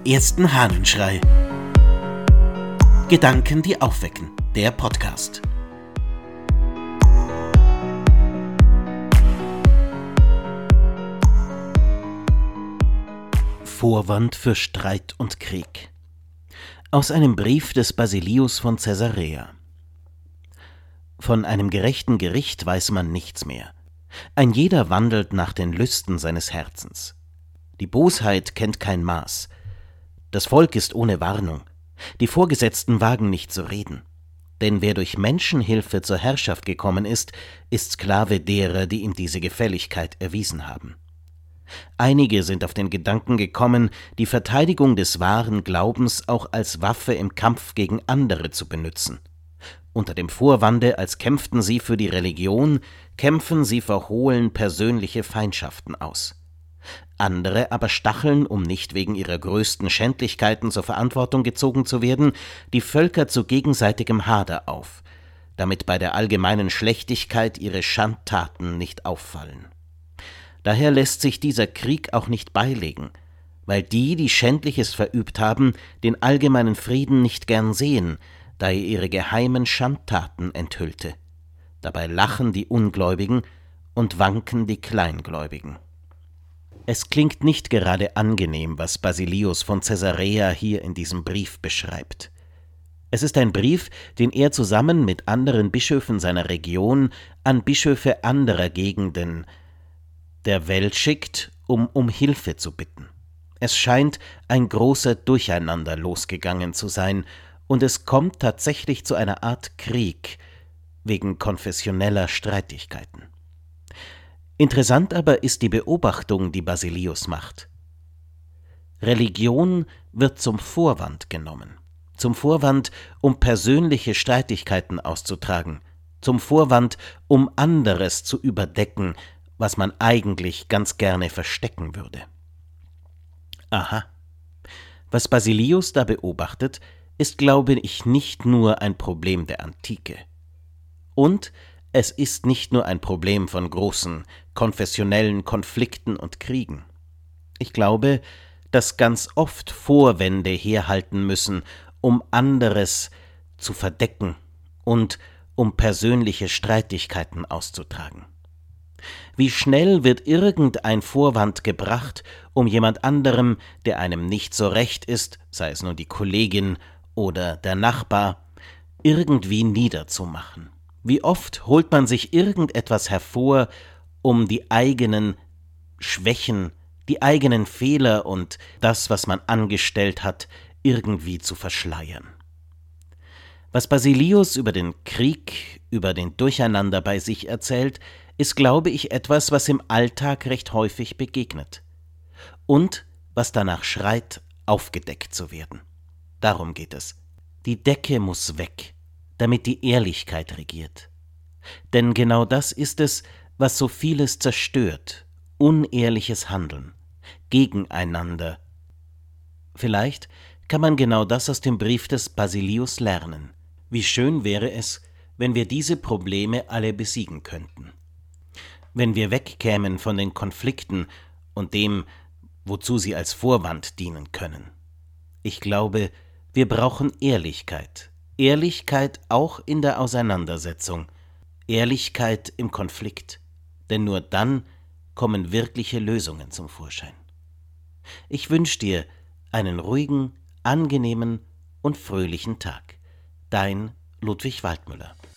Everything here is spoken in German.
ersten Hahnenschrei. Gedanken, die aufwecken. Der Podcast. Vorwand für Streit und Krieg. Aus einem Brief des Basilius von Caesarea. Von einem gerechten Gericht weiß man nichts mehr. Ein jeder wandelt nach den Lüsten seines Herzens. Die Bosheit kennt kein Maß. Das Volk ist ohne Warnung. Die Vorgesetzten wagen nicht zu reden. Denn wer durch Menschenhilfe zur Herrschaft gekommen ist, ist Sklave derer, die ihm diese Gefälligkeit erwiesen haben. Einige sind auf den Gedanken gekommen, die Verteidigung des wahren Glaubens auch als Waffe im Kampf gegen andere zu benützen. Unter dem Vorwande, als kämpften sie für die Religion, kämpfen sie verhohlen persönliche Feindschaften aus. Andere aber stacheln, um nicht wegen ihrer größten Schändlichkeiten zur Verantwortung gezogen zu werden, die Völker zu gegenseitigem Hader auf, damit bei der allgemeinen Schlechtigkeit ihre Schandtaten nicht auffallen. Daher lässt sich dieser Krieg auch nicht beilegen, weil die Schändliches verübt haben, den allgemeinen Frieden nicht gern sehen, da er ihre geheimen Schandtaten enthüllte. Dabei lachen die Ungläubigen und wanken die Kleingläubigen. Es klingt nicht gerade angenehm, was Basilius von Caesarea hier in diesem Brief beschreibt. Es ist ein Brief, den er zusammen mit anderen Bischöfen seiner Region an Bischöfe anderer Gegenden der Welt schickt, um Hilfe zu bitten. Es scheint ein großer Durcheinander losgegangen zu sein, und es kommt tatsächlich zu einer Art Krieg wegen konfessioneller Streitigkeiten. Interessant aber ist die Beobachtung, die Basilius macht. Religion wird zum Vorwand genommen. Zum Vorwand, um persönliche Streitigkeiten auszutragen. Zum Vorwand, um anderes zu überdecken, was man eigentlich ganz gerne verstecken würde. Aha. Was Basilius da beobachtet, ist, glaube ich, nicht nur ein Problem der Antike. Und es ist nicht nur ein Problem von großen konfessionellen Konflikten und Kriegen. Ich glaube, dass ganz oft Vorwände herhalten müssen, um anderes zu verdecken und um persönliche Streitigkeiten auszutragen. Wie schnell wird irgendein Vorwand gebracht, um jemand anderem, der einem nicht so recht ist, sei es nun die Kollegin oder der Nachbar, irgendwie niederzumachen. Wie oft holt man sich irgendetwas hervor, um die eigenen Schwächen, die eigenen Fehler und das, was man angestellt hat, irgendwie zu verschleiern. Was Basilius über den Krieg, über den Durcheinander bei sich erzählt, ist, glaube ich, etwas, was im Alltag recht häufig begegnet. Und was danach schreit, aufgedeckt zu werden. Darum geht es. Die Decke muss weg, damit die Ehrlichkeit regiert. Denn genau das ist es, was so vieles zerstört, unehrliches Handeln, gegeneinander. Vielleicht kann man genau das aus dem Brief des Basilius lernen. Wie schön wäre es, wenn wir diese Probleme alle besiegen könnten. Wenn wir wegkämen von den Konflikten und dem, wozu sie als Vorwand dienen können. Ich glaube, wir brauchen Ehrlichkeit. Ehrlichkeit auch in der Auseinandersetzung. Ehrlichkeit im Konflikt. Denn nur dann kommen wirkliche Lösungen zum Vorschein. Ich wünsche dir einen ruhigen, angenehmen und fröhlichen Tag. Dein Ludwig Waldmüller.